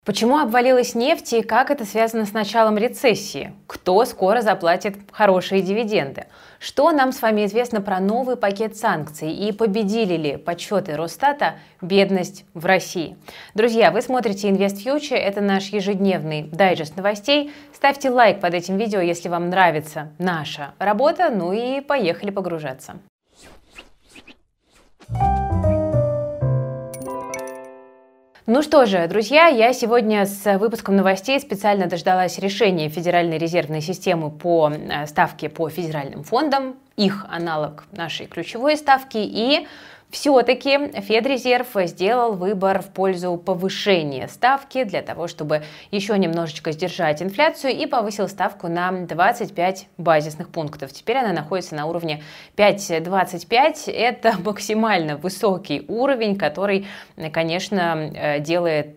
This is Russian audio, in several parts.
Почему обвалилась нефть и как это связано с началом рецессии? Кто скоро заплатит хорошие дивиденды? Что нам с вами известно про новый пакет санкций и победили ли подсчеты Росстата бедность в России? Друзья, вы смотрите InvestFuture, это наш ежедневный дайджест новостей. Ставьте лайк под этим видео, если вам нравится наша работа, ну и поехали погружаться. Ну что же, друзья, я сегодня с выпуском новостей специально дождалась решения Федеральной резервной системы по ставке по федеральным фондам, их аналог нашей ключевой ставки, и все-таки Федрезерв сделал выбор в пользу повышения ставки для того, чтобы еще немножечко сдержать инфляцию, и повысил ставку на 25 базисных пунктов. Теперь она находится на уровне 5,25. Это максимально высокий уровень, который, конечно, делает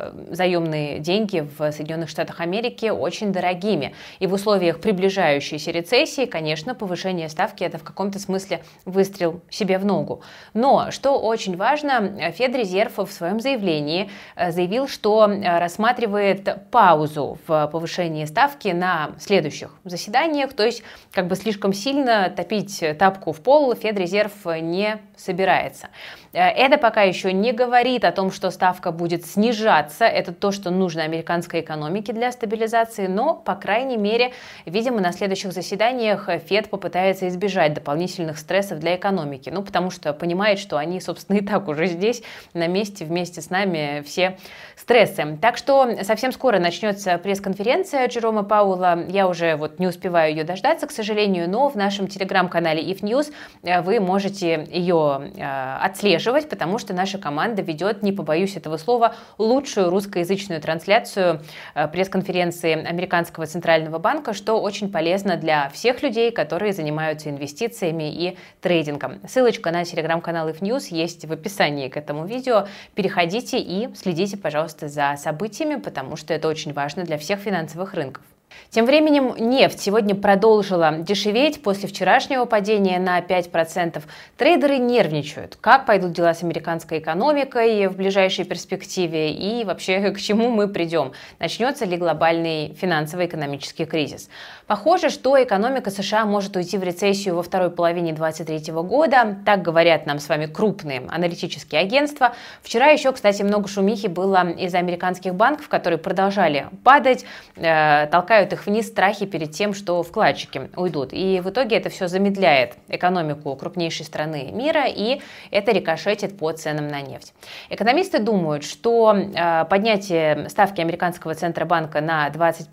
заемные деньги в Соединенных Штатах Америки очень дорогими. И в условиях приближающейся рецессии, конечно, повышение ставки – это в каком-то смысле выстрел себе в ногу. Но, что очень важно, Федрезерв в своем заявлении заявил, что рассматривает паузу в повышении ставки на следующих заседаниях, то есть как бы слишком сильно топить тапку в пол Федрезерв не собирается. Это пока еще не говорит о том, что ставка будет снижаться, это то, что нужно американской экономике для стабилизации, но, по крайней мере, видимо, на следующих заседаниях Фед попытается избежать дополнительных стрессов для экономики, ну, потому что понимает, что они, собственно, и так уже здесь, на месте, вместе с нами все стрессы. Так что совсем скоро начнется пресс-конференция Джерома Пауэлла, я уже не успеваю ее дождаться, к сожалению, но в нашем телеграм-канале If News вы можете ее отслеживать, потому что наша команда ведет, не побоюсь этого слова, лучшую русскоязычную трансляцию пресс-конференции Американского центрального банка, что очень полезно для всех людей, которые занимаются инвестициями и трейдингом. Ссылочка на телеграм-канал If News есть в описании к этому видео. Переходите и следите, пожалуйста, за событиями, потому что это очень важно для всех финансовых рынков. Тем временем нефть сегодня продолжила дешеветь после вчерашнего падения на 5%. Трейдеры нервничают, как пойдут дела с американской экономикой в ближайшей перспективе и вообще к чему мы придем. Начнется ли глобальный финансово-экономический кризис. Похоже, что экономика США может уйти в рецессию во второй половине 2023 года. Так говорят нам с вами крупные аналитические агентства. Вчера еще, кстати, много шумихи было из-за американских банков, которые продолжали падать, толкают их вниз страхи перед тем, что вкладчики уйдут. И в итоге это все замедляет экономику крупнейшей страны мира, и это рикошетит по ценам на нефть. Экономисты думают, что поднятие ставки американского Центробанка на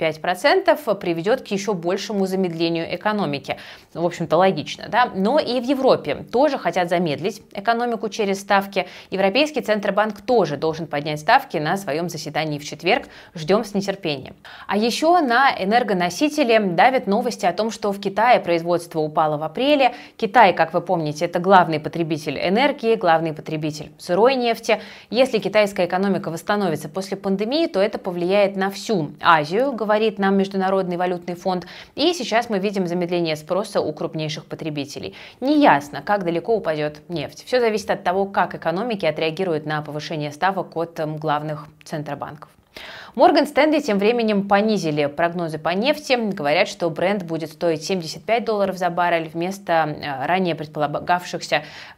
25% приведет к еще большему замедлению экономики. В общем-то, логично, да? Но и в Европе тоже хотят замедлить экономику через ставки. Европейский Центробанк тоже должен поднять ставки на своем заседании в четверг. Ждем с нетерпением. А еще на энергоносители давят новости о том, что в Китае производство упало в апреле. Китай, как вы помните, это главный потребитель энергии, главный потребитель сырой нефти. Если китайская экономика восстановится после пандемии, то это повлияет на всю Азию, говорит нам Международный валютный фонд. И сейчас мы видим замедление спроса у крупнейших потребителей. Неясно, как далеко упадет нефть. Все зависит от того, как экономики отреагируют на повышение ставок от главных центробанков. Морган Стэнли тем временем понизили прогнозы по нефти. Говорят, что Brent будет стоить $75 за баррель вместо ранее предполагавшихся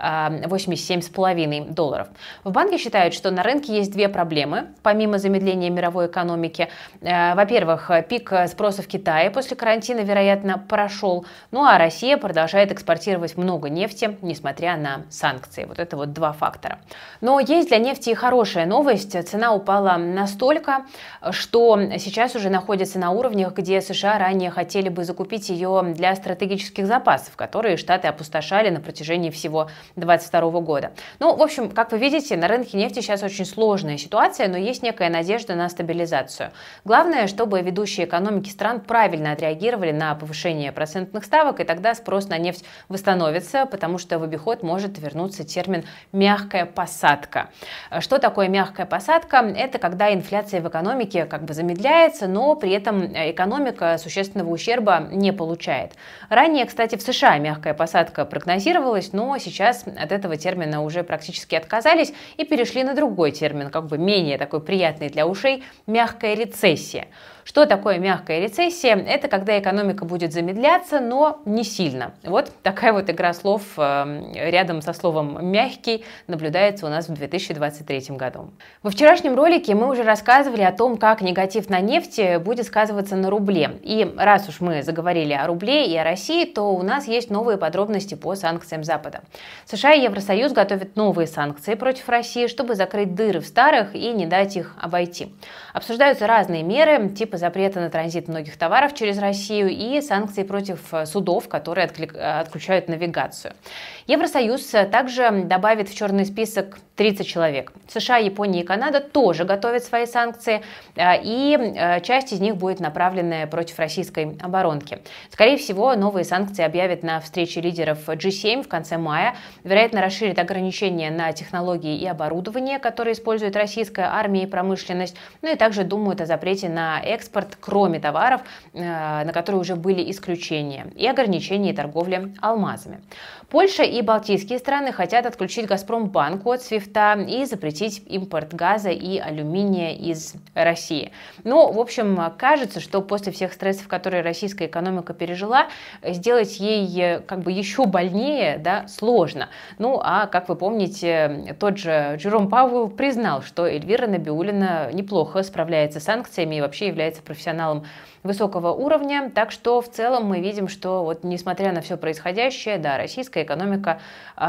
$87,5. В банке считают, что на рынке есть две проблемы, помимо замедления мировой экономики. Во-первых, пик спроса в Китае после карантина, вероятно, прошел. Ну а Россия продолжает экспортировать много нефти, несмотря на санкции. Вот это два фактора. Но есть для нефти и хорошая новость. Цена упала настолько, что сейчас уже находится на уровнях, где США ранее хотели бы закупить ее для стратегических запасов, которые Штаты опустошали на протяжении всего 2022 года. Ну, в общем, как вы видите, на рынке нефти сейчас очень сложная ситуация, но есть некая надежда на стабилизацию. Главное, чтобы ведущие экономики стран правильно отреагировали на повышение процентных ставок, и тогда спрос на нефть восстановится, потому что в обиход может вернуться термин «мягкая посадка». Что такое мягкая посадка? Это когда инфляция в экономике экономики как бы замедляется, но при этом экономика существенного ущерба не получает. Ранее, кстати, в США мягкая посадка прогнозировалась, но сейчас от этого термина уже практически отказались и перешли на другой термин, как бы менее такой приятный для ушей – мягкая рецессия. Что такое мягкая рецессия? Это когда экономика будет замедляться, но не сильно. Вот такая вот игра слов рядом со словом «мягкий» наблюдается у нас в 2023 году. Во вчерашнем ролике мы уже рассказывали о том, как негатив на нефти будет сказываться на рубле. И раз уж мы заговорили о рубле и о России, то у нас есть новые подробности по санкциям Запада. США и Евросоюз готовят новые санкции против России, чтобы закрыть дыры в старых и не дать их обойти. Обсуждаются разные меры, типа запрета на транзит многих товаров через Россию и санкции против судов, которые отключают навигацию. Евросоюз также добавит в черный список 30 человек. США, Япония и Канада тоже готовят свои санкции, и часть из них будет направлена против российской оборонки. Скорее всего, новые санкции объявят на встрече лидеров G7 в конце мая. Вероятно, расширят ограничения на технологии и оборудование, которые использует российская армия и промышленность. Ну и также думают о запрете на экспорт, кроме товаров, на которые уже были исключения, и ограничении торговли алмазами. Польша и балтийские страны хотят отключить Газпромбанк от Свифта и запретить импорт газа и алюминия из России. Ну, в общем, кажется, что после всех стрессов, которые российская экономика пережила, сделать ей как бы еще больнее, да, сложно. Ну, а как вы помните, тот же Джером Пауэлл признал, что Эльвира Набиуллина неплохо справляется с санкциями и вообще является профессионалом высокого уровня, так что в целом мы видим, что вот несмотря на все происходящее, да, российская экономика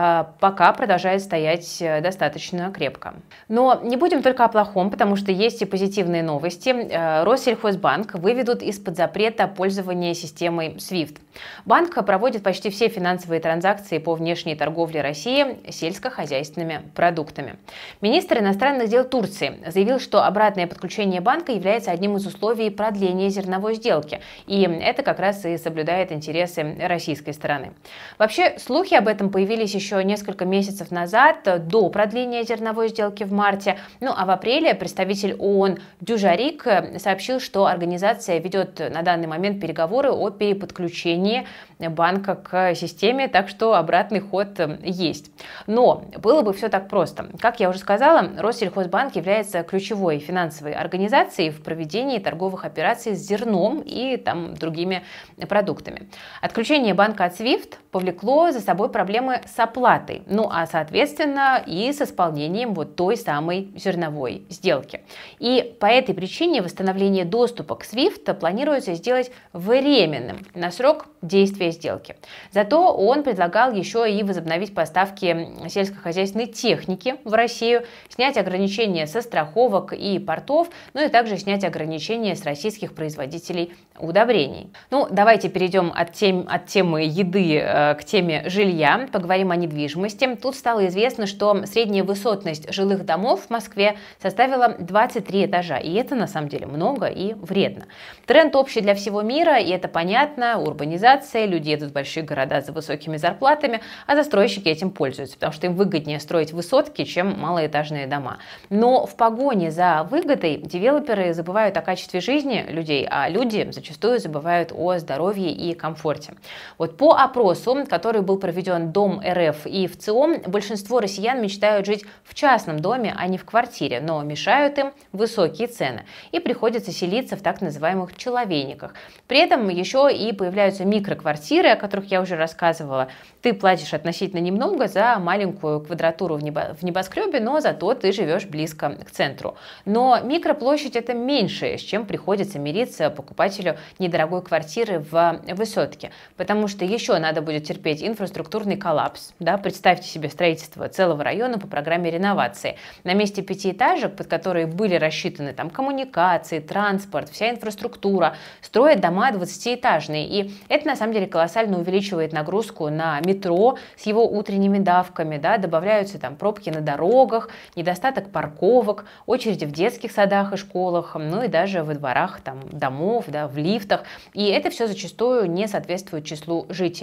пока продолжает стоять достаточно крепко. Но не будем только о плохом, потому что есть и позитивные новости. Россельхозбанк выведут из-под запрета пользования системой SWIFT. Банк проводит почти все финансовые транзакции по внешней торговле России сельскохозяйственными продуктами. Министр иностранных дел Турции заявил, что обратное подключение банка является одним из условий продления зерновой сделки, и это как раз и соблюдает интересы российской стороны. Вообще, слухи об этом появились еще несколько месяцев назад, до продления зерновой сделки в марте. Ну а в апреле представитель ООН Дюжарик сообщил, что организация ведет на данный момент переговоры о переподключении банка к системе, так что обратный ход есть. Но было бы все так просто. Как я уже сказала, Россельхозбанк является ключевой финансовой организацией в проведении торговых операций с зерном и там другими продуктами. Отключение банка от SWIFT повлекло за собой проблемы с оплатой, ну а соответственно и с исполнением вот той самой зерновой сделки. И по этой причине восстановление доступа к SWIFT планируется сделать временным на срок действия сделки. Зато он предлагал еще и возобновить поставки сельскохозяйственной техники в Россию, снять ограничения со страховок и портов, ну и также снять ограничения с российских производителей удобрений. Ну, давайте перейдем от темы еды к теме жилья, поговорим о недвижимости. Тут стало известно, что средняя высотность жилых домов в Москве составила 23 этажа, и это на самом деле много и вредно. Тренд общий для всего мира, и это понятно, урбанизация, люди едут в большие города за высокими зарплатами, а застройщики этим пользуются, потому что им выгоднее строить высотки, чем малоэтажные дома. Но в погоне за выгодой девелоперы забывают о качестве жизни людей, а люди зачастую забывают о здоровье и комфорте. Вот по опросу, который был проведен Дом РФ и ВЦИОМ, большинство россиян мечтают жить в частном доме, а не в квартире, но мешают им высокие цены, и приходится селиться в так называемых человейниках. При этом еще и появляются микроквартиры, о которых я уже рассказывала. Ты платишь относительно немного за маленькую квадратуру в небоскребе, но зато ты живешь близко к центру. Но микроплощадь — это меньшее, с чем приходится мириться покупателю недорогой квартиры в высотке, потому что еще надо будет терпеть инфраструктурный коллапс. Да? Представьте себе строительство целого района по программе реновации. На месте пятиэтажек, под которые были рассчитаны там коммуникации, транспорт, вся инфраструктура, строят дома 20-этажные. И это на самом деле колоссально увеличивает нагрузку на метро с его утренними давками. Да? Добавляются там пробки на дорогах, недостаток парковок, очереди в детских садах и школах, ну и даже во дворах там, домов, да, в лифтах. И это все зачастую не соответствует числу жителей.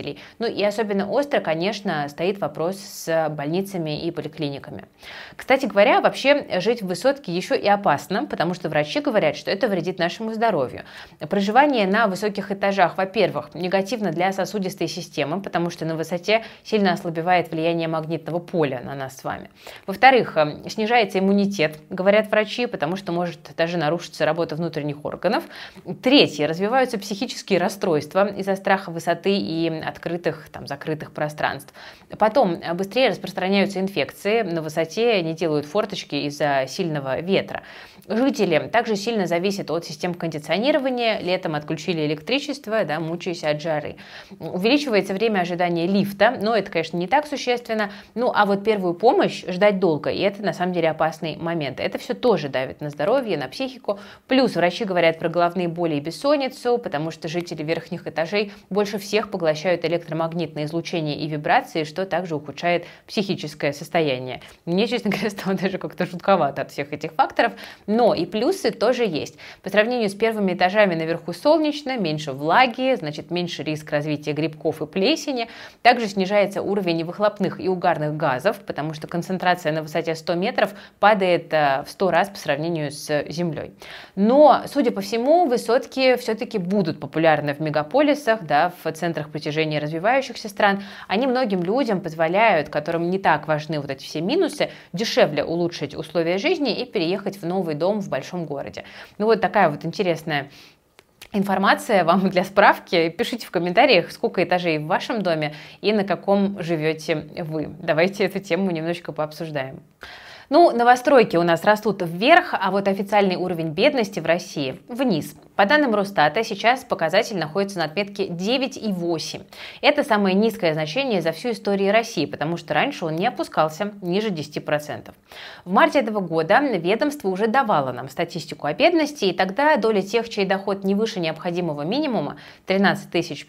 Ну и особенно остро, конечно, стоит вопрос с больницами и поликлиниками. Кстати говоря, вообще жить в высотке еще и опасно, потому что врачи говорят, что это вредит нашему здоровью. Проживание на высоких этажах, во-первых, негативно для сосудистой системы, потому что на высоте сильно ослабевает влияние магнитного поля на нас с вами. Во-вторых, снижается иммунитет, говорят врачи, потому что может даже нарушиться работа внутренних органов. Третье, развиваются психические расстройства из-за страха высоты и открытых, закрытых пространств. Потом быстрее распространяются инфекции, на высоте не делают форточки из-за сильного ветра. Жители также сильно зависят от систем кондиционирования, летом отключили электричество, мучаясь от жары. Увеличивается время ожидания лифта, но это, конечно, не так существенно. Ну, а вот первую помощь ждать долго, и это на самом деле опасный момент. Это все тоже давит на здоровье, на психику. Плюс врачи говорят про головные боли и бессонницу, потому что жители верхних этажей больше всех поглощают электромагнитное излучение и вибрации, что также ухудшает психическое состояние. Мне, честно говоря, стало даже как-то жутковато от всех этих факторов. Но и плюсы тоже есть. По сравнению с первыми этажами наверху солнечно, меньше влаги, значит меньше риск развития грибков и плесени. Также снижается уровень выхлопных и угарных газов, потому что концентрация на высоте 100 метров падает в 100 раз по сравнению с землей. Но, судя по всему, высотки все-таки будут популярны в мегаполисах, в центрах притяжения развивающихся стран. Они многим людям позволяют, которым не так важны вот эти все минусы, дешевле улучшить условия жизни и переехать в новый дом в большом городе. Ну вот такая вот интересная информация вам для справки. Пишите в комментариях, сколько этажей в вашем доме и на каком живете вы. Давайте эту тему немножечко пообсуждаем. Ну, новостройки у нас растут вверх, а вот официальный уровень бедности в России вниз. По данным Росстата, сейчас показатель находится на отметке 9,8. Это самое низкое значение за всю историю России, потому что раньше он не опускался ниже 10%. В марте этого года ведомство уже давало нам статистику о бедности, и тогда доля тех, чей доход не выше необходимого минимума, 13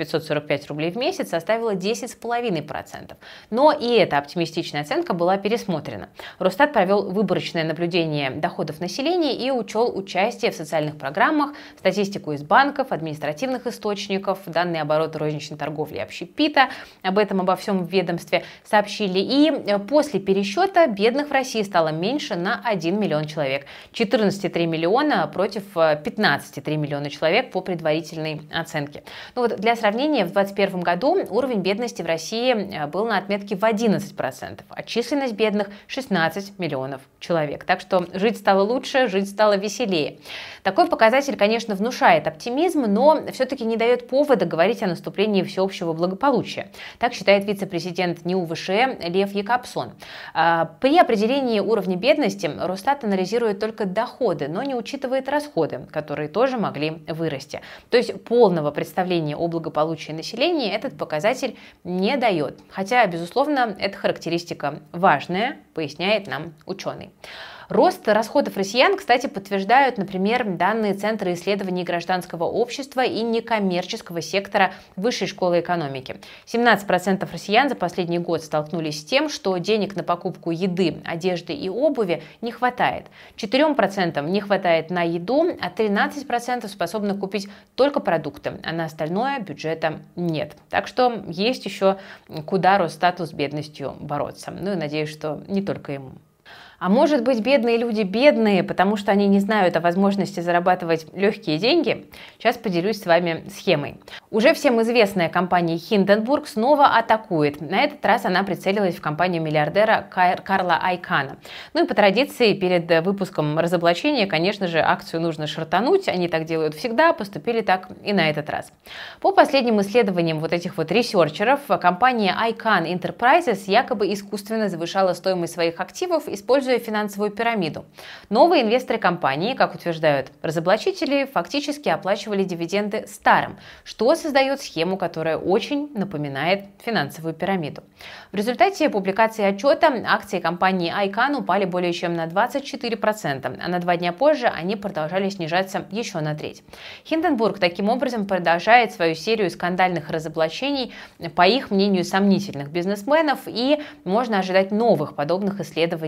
545 рублей в месяц, составила 10,5%. Но и эта оптимистичная оценка была пересмотрена. Росстат провел выборочное наблюдение доходов населения и учел участие в социальных программах, статистику из банков, административных источников, данные оборота розничной торговли и общепита. Об этом обо всем в ведомстве сообщили. И после пересчета бедных в России стало меньше на 1 миллион человек. 14,3 миллиона против 15,3 миллиона человек по предварительной оценке. Ну вот для сравнения, в 2021 году уровень бедности в России был на отметке в 11%, а численность бедных 16 миллионов человек. Так что жить стало лучше, жить стало веселее. Такой показатель, конечно, внушает оптимизм, но все-таки не дает повода говорить о наступлении всеобщего благополучия. Так считает вице-президент НИУ ВШЭ Лев Якобсон. При определении уровня бедности Росстат анализирует только доходы, но не учитывает расходы, которые тоже могли вырасти. То есть полного представления о благополучии населения этот показатель не дает. Хотя, безусловно, эта характеристика важная, поясняет нам ученый. Рост расходов россиян, кстати, подтверждают, например, данные Центра исследований гражданского общества и некоммерческого сектора Высшей школы экономики. 17% россиян за последний год столкнулись с тем, что денег на покупку еды, одежды и обуви не хватает. 4% не хватает на еду, а 13% способны купить только продукты, а на остальное бюджета нет. Так что есть еще куда Росстату с бедностью бороться. Ну и надеюсь, что не только ему. А может быть, бедные люди бедные, потому что они не знают о возможности зарабатывать легкие деньги? Сейчас поделюсь с вами схемой. Уже всем известная компания Hindenburg снова атакует. На этот раз она прицелилась в компанию миллиардера Карла Айкана. Ну и по традиции, перед выпуском разоблачения, конечно же, акцию нужно шортануть. Они так делают всегда, поступили так и на этот раз. По последним исследованиям вот этих вот ресерчеров, компания Icahn Enterprises якобы искусственно завышала стоимость своих активов, используя финансовую пирамиду. Новые инвесторы компании, как утверждают разоблачители, фактически оплачивали дивиденды старым, что создает схему, которая очень напоминает финансовую пирамиду. В результате публикации отчета акции компании Icahn упали более чем на 24%, а на 2 дня позже они продолжали снижаться еще на треть. Hindenburg таким образом продолжает свою серию скандальных разоблачений, по их мнению, сомнительных бизнесменов, и можно ожидать новых подобных исследований в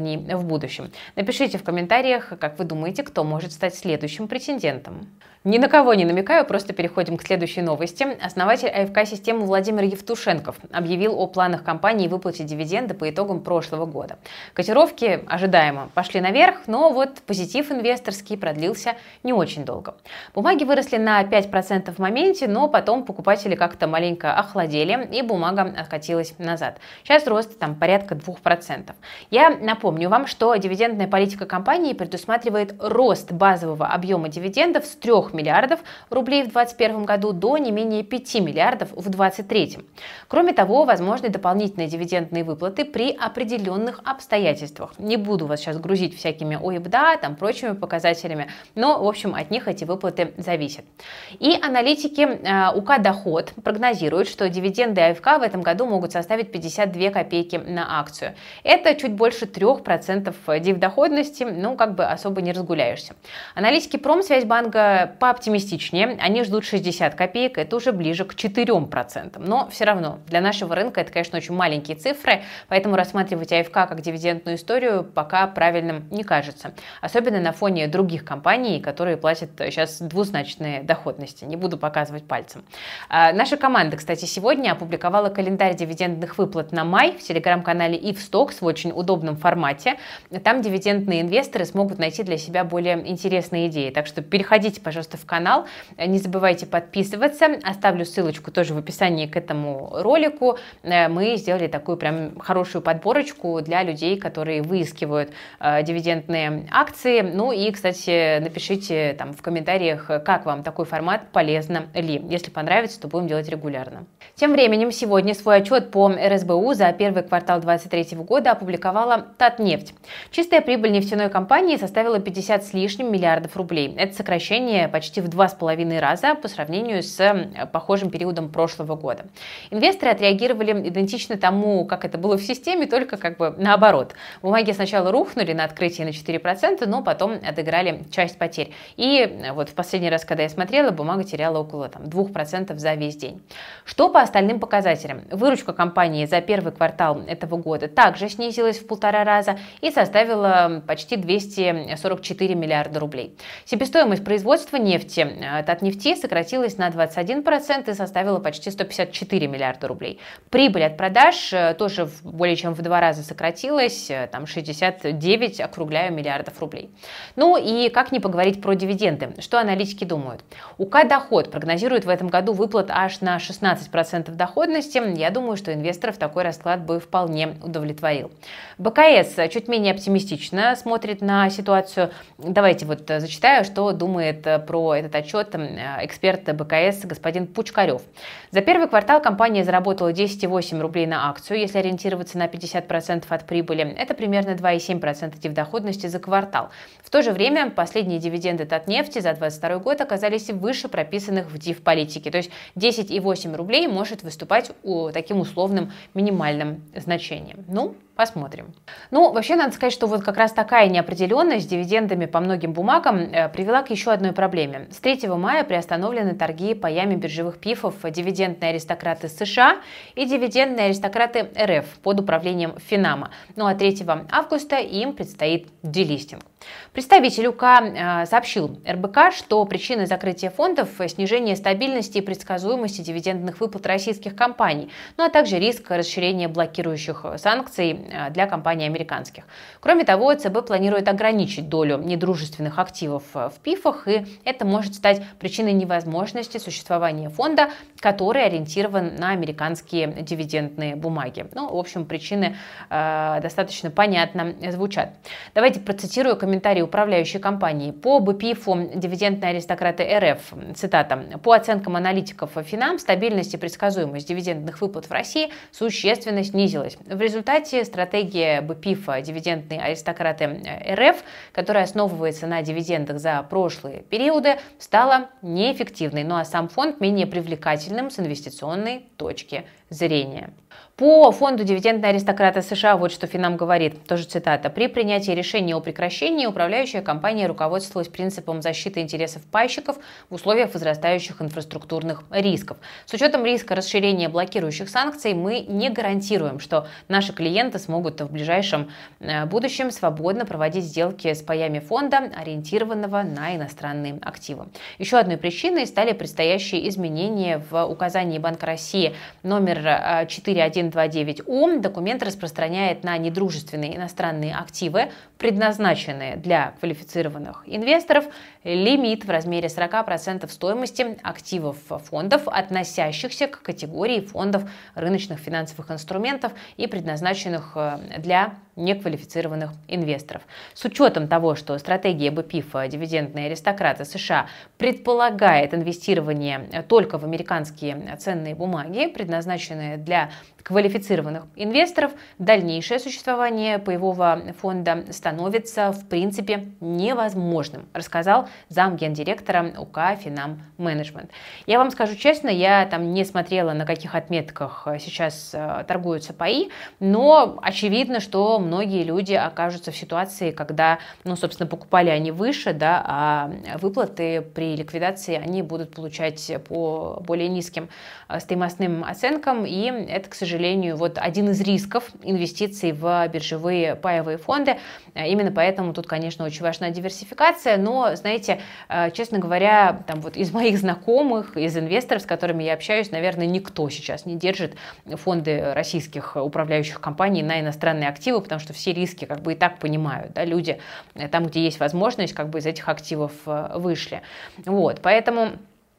будущем. Напишите в комментариях, как вы думаете, кто может стать следующим претендентом. Ни на кого не намекаю, просто переходим к следующей новости. Основатель АФК-системы Владимир Евтушенков объявил о планах компании выплатить дивиденды по итогам прошлого года. Котировки ожидаемо пошли наверх, но вот позитив инвесторский продлился не очень долго. Бумаги выросли на 5% в моменте, но потом покупатели как-то маленько охладели, и бумага откатилась назад. Сейчас рост там порядка 2%. Я напомню вам, что дивидендная политика компании предусматривает рост базового объема дивидендов с 3 миллиардов рублей в 2021 году до не менее 5 миллиардов в 2023. Кроме того, возможны дополнительные дивидендные выплаты при определенных обстоятельствах. Не буду вас сейчас грузить всякими ОИБДА, там прочими показателями, но, в общем, от них эти выплаты зависят. И аналитики УК «Доход» прогнозируют, что дивиденды АФК в этом году могут составить 52 копейки на акцию. Это чуть больше 3% дивдоходности, ну, как бы особо не разгуляешься. Аналитики Промсвязьбанка пооптимистичнее, они ждут 60 копеек, это уже ближе к 4%. Но все равно, для нашего рынка это, конечно, очень маленькие цифры, поэтому рассматривать АФК как дивидендную историю пока правильным не кажется. Особенно на фоне других компаний, которые платят сейчас двузначные доходности. Не буду показывать пальцем. Наша команда, кстати, сегодня опубликовала календарь дивидендных выплат на май в телеграм-канале IFSTOCKS в очень удобном формате. Там дивидендные инвесторы смогут найти для себя более интересные идеи. Так что переходите, пожалуйста, в канал. Не забывайте подписываться. Оставлю ссылочку тоже в описании к этому ролику. Мы сделали такую прям хорошую подборочку для людей, которые выискивают дивидендные акции. Ну и, кстати, напишите там в комментариях, как вам такой формат, полезно ли. Если понравится, то будем делать регулярно. Тем временем сегодня свой отчет по РСБУ за первый квартал 2023 года опубликовала Татнефть. Чистая прибыль нефтяной компании составила 50 с лишним миллиардов рублей. Это сокращение почти в 2,5 раза по сравнению с похожим периодом прошлого года. Инвесторы отреагировали идентично тому, как это было в системе, только как бы наоборот. Бумаги сначала рухнули на открытии на 4%, но потом отыграли часть потерь. И вот в последний раз, когда я смотрела, бумага теряла около 2% за весь день. Что по остальным показателям? Выручка компании за первый квартал этого года также снизилась в 1,5 раза и составила почти 244 миллиарда рублей. Себестоимость производства нефти Татнефти сократилась на 21% и составила почти 154 миллиарда рублей. Прибыль от продаж тоже более чем в 2 раза сократилась, там 69, округляю, миллиардов рублей. Ну и как не поговорить про дивиденды? Что аналитики думают? УК «Доход» прогнозирует в этом году выплат аж на 16% доходности. Я думаю, что инвесторов такой расклад бы вполне удовлетворил. БКС чуть менее оптимистично смотрит на ситуацию. Давайте вот зачитаю, что думает про этот отчет эксперт БКС господин Пучкарев. За первый квартал компания заработала 10,8 рублей на акцию. Если ориентироваться на 50% от прибыли, это примерно 2,7% дивдоходности за квартал. В то же время последние дивиденды Татнефти за 2022 год оказались выше прописанных в див-политике. То есть 10,8 рублей может выступать таким условным минимальным значением. Ну, посмотрим. Ну, вообще, надо сказать, что вот как раз такая неопределенность с дивидендами по многим бумагам привела к еще одной проблеме. С 3 мая приостановлены торги паями биржевых ПИФов дивидендные аристократы США и дивидендные аристократы РФ под управлением Финама. Ну а 3 августа им предстоит делистинг. Представитель УК сообщил РБК, что причиной закрытия фондов – снижение стабильности и предсказуемости дивидендных выплат российских компаний, ну а также риск расширения блокирующих санкций для компаний американских. Кроме того, ЦБ планирует ограничить долю недружественных активов в ПИФах, и это может стать причиной невозможности существования фонда, который ориентирован на американские дивидендные бумаги. Ну, в общем, причины достаточно понятно звучат. Давайте процитирую комментарий управляющей компании. По БПИФу дивидендные аристократы РФ, цитата, «По оценкам аналитиков Финам, стабильность и предсказуемость дивидендных выплат в России существенно снизилась. В результате стратегия БПИФа «Дивидендные аристократы РФ», которая основывается на дивидендах за прошлые периоды, стала неэффективной, ну а сам фонд менее привлекательным с инвестиционной точки зрения». По фонду «Дивидендные аристократы США» вот что Финам говорит, тоже цитата. «При принятии решения о прекращении управляющая компания руководствовалась принципом защиты интересов пайщиков в условиях возрастающих инфраструктурных рисков. С учетом риска расширения блокирующих санкций мы не гарантируем, что наши клиенты смогут в ближайшем будущем свободно проводить сделки с паями фонда, ориентированного на иностранные активы». Еще одной причиной стали предстоящие изменения в указании Банка России номер 4129У. Документ распространяет на недружественные иностранные активы, предназначенные для квалифицированных инвесторов, лимит в размере 40% стоимости активов фондов, относящихся к категории фондов рыночных финансовых инструментов и предназначенных для неквалифицированных инвесторов. С учетом того, что стратегия БПИФ «Дивидендные аристократы США» предполагает инвестирование только в американские ценные бумаги, предназначенные для квалифицированных инвесторов, дальнейшее существование паевого фонда становится в принципе невозможным, рассказал замгендиректора УК «Финам Менеджмент». Я вам скажу честно, я там не смотрела, на каких отметках сейчас торгуются паи, но очевидно, что многие люди окажутся в ситуации, когда, собственно, покупали они выше, да, а выплаты при ликвидации они будут получать по более низким стоимостным оценкам, и это, к сожалению, вот один из рисков инвестиций в биржевые паевые фонды. Именно поэтому тут, конечно, очень важна диверсификация, но, знаете, честно говоря, там вот из моих знакомых, из инвесторов, с которыми я общаюсь, наверное, никто сейчас не держит фонды российских управляющих компаний на иностранные активы, потому что все риски как бы и так понимают, да, люди там, где есть возможность, как бы из этих активов вышли. Вот, поэтому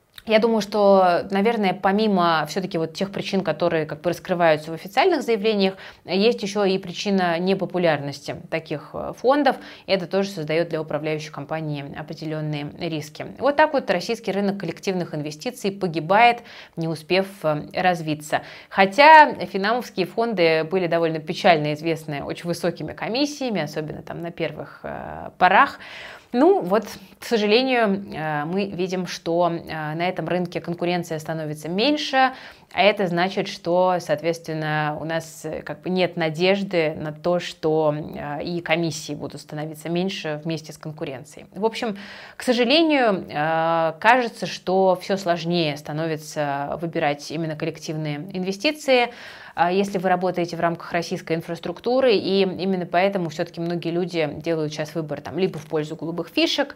я думаю, что, наверное, помимо все-таки вот тех причин, которые как бы раскрываются в официальных заявлениях, есть еще и причина непопулярности таких фондов. И это тоже создает для управляющей компании определенные риски. Вот так вот российский рынок коллективных инвестиций погибает, не успев развиться. Хотя финамовские фонды были довольно печально известны очень высокими комиссиями, особенно там на первых порах. Ну вот, к сожалению, мы видим, что на этом рынке конкуренция становится меньше, а это значит, что, соответственно, у нас как бы нет надежды на то, что и комиссии будут становиться меньше вместе с конкуренцией. В общем, к сожалению, кажется, что все сложнее становится выбирать именно коллективные инвестиции, если вы работаете в рамках российской инфраструктуры, и именно поэтому все-таки многие люди делают сейчас выбор там, либо в пользу голубых фишек,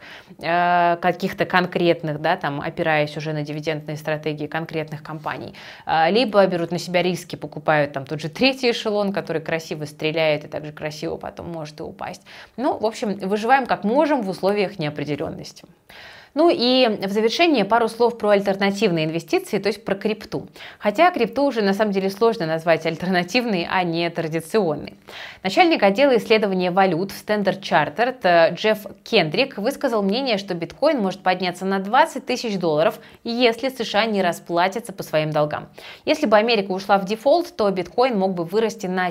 каких-то конкретных, да, там, опираясь уже на дивидендные стратегии конкретных компаний, либо берут на себя риски, покупают там тот же третий эшелон, который красиво стреляет и также красиво потом может и упасть. Ну, в общем, выживаем как можем в условиях неопределенности. Ну и в завершение пару слов про альтернативные инвестиции, то есть про крипту. Хотя крипту уже на самом деле сложно назвать альтернативной, а не традиционной. Начальник отдела исследования валют в Standard Chartered Джефф Кендрик высказал мнение, что биткоин может подняться на $20 тысяч, если США не расплатятся по своим долгам. Если бы Америка ушла в дефолт, то биткоин мог бы вырасти на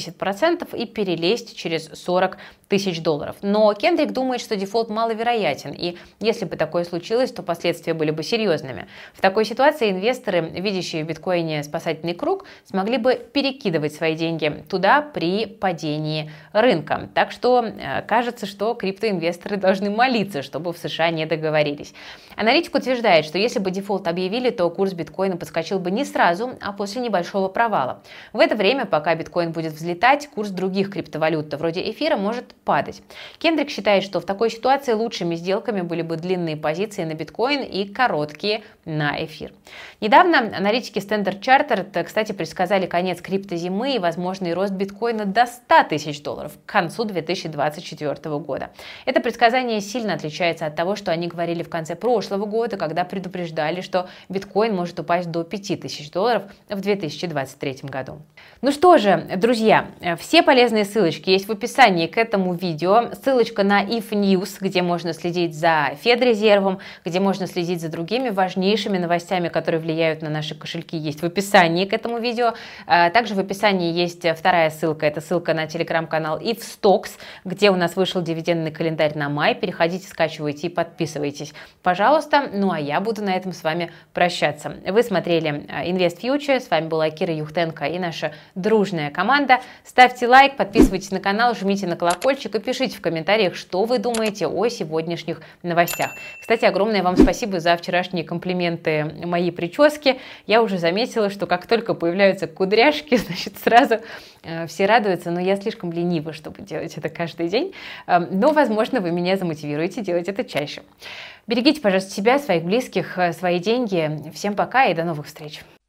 70% и перелезть через $40 тысяч. Но Кендрик думает, что дефолт маловероятен, и если бы такое случилось, то последствия были бы серьезными. В такой ситуации инвесторы, видящие в биткоине спасательный круг, смогли бы перекидывать свои деньги туда при падении рынка. Так что кажется, что криптоинвесторы должны молиться, чтобы в США не договорились. Аналитик утверждает, что если бы дефолт объявили, то курс биткоина подскочил бы не сразу, а после небольшого провала. В это время, пока биткоин будет взлетать, курс других криптовалют, вроде эфира, может падать. Кендрик считает, что в такой ситуации лучшими сделками были бы длинные позиции на биткоин и короткие на эфир. Недавно аналитики Standard Chartered, кстати, предсказали конец криптозимы и возможный рост биткоина до $100 тысяч к концу 2024 года. Это предсказание сильно отличается от того, что они говорили в конце прошлого года, когда предупреждали, что биткоин может упасть до $5 тысяч в 2023 году. Ну что же, друзья, все полезные ссылочки есть в описании к этому этому видео. Ссылочка на IF News, где можно следить за Федрезервом, где можно следить за другими важнейшими новостями, которые влияют на наши кошельки, есть в описании к этому видео. Также в описании есть вторая ссылка, это ссылка на телеграм-канал IF Stocks, где у нас вышел дивидендный календарь на май. Переходите, скачивайте и подписывайтесь, пожалуйста. Ну а я буду на этом с вами прощаться. Вы смотрели Invest Future, с вами была Кира Юхтенко и наша дружная команда. Ставьте лайк, подписывайтесь на канал, жмите на колокольчик и пишите в комментариях, что вы думаете о сегодняшних новостях. Кстати, огромное вам спасибо за вчерашние комплименты моей прически. Я уже заметила, что как только появляются кудряшки, значит, сразу все радуются, но я слишком ленива, чтобы делать это каждый день. Но, возможно, вы меня замотивируете делать это чаще. Берегите, пожалуйста, себя, своих близких, свои деньги. Всем пока и до новых встреч.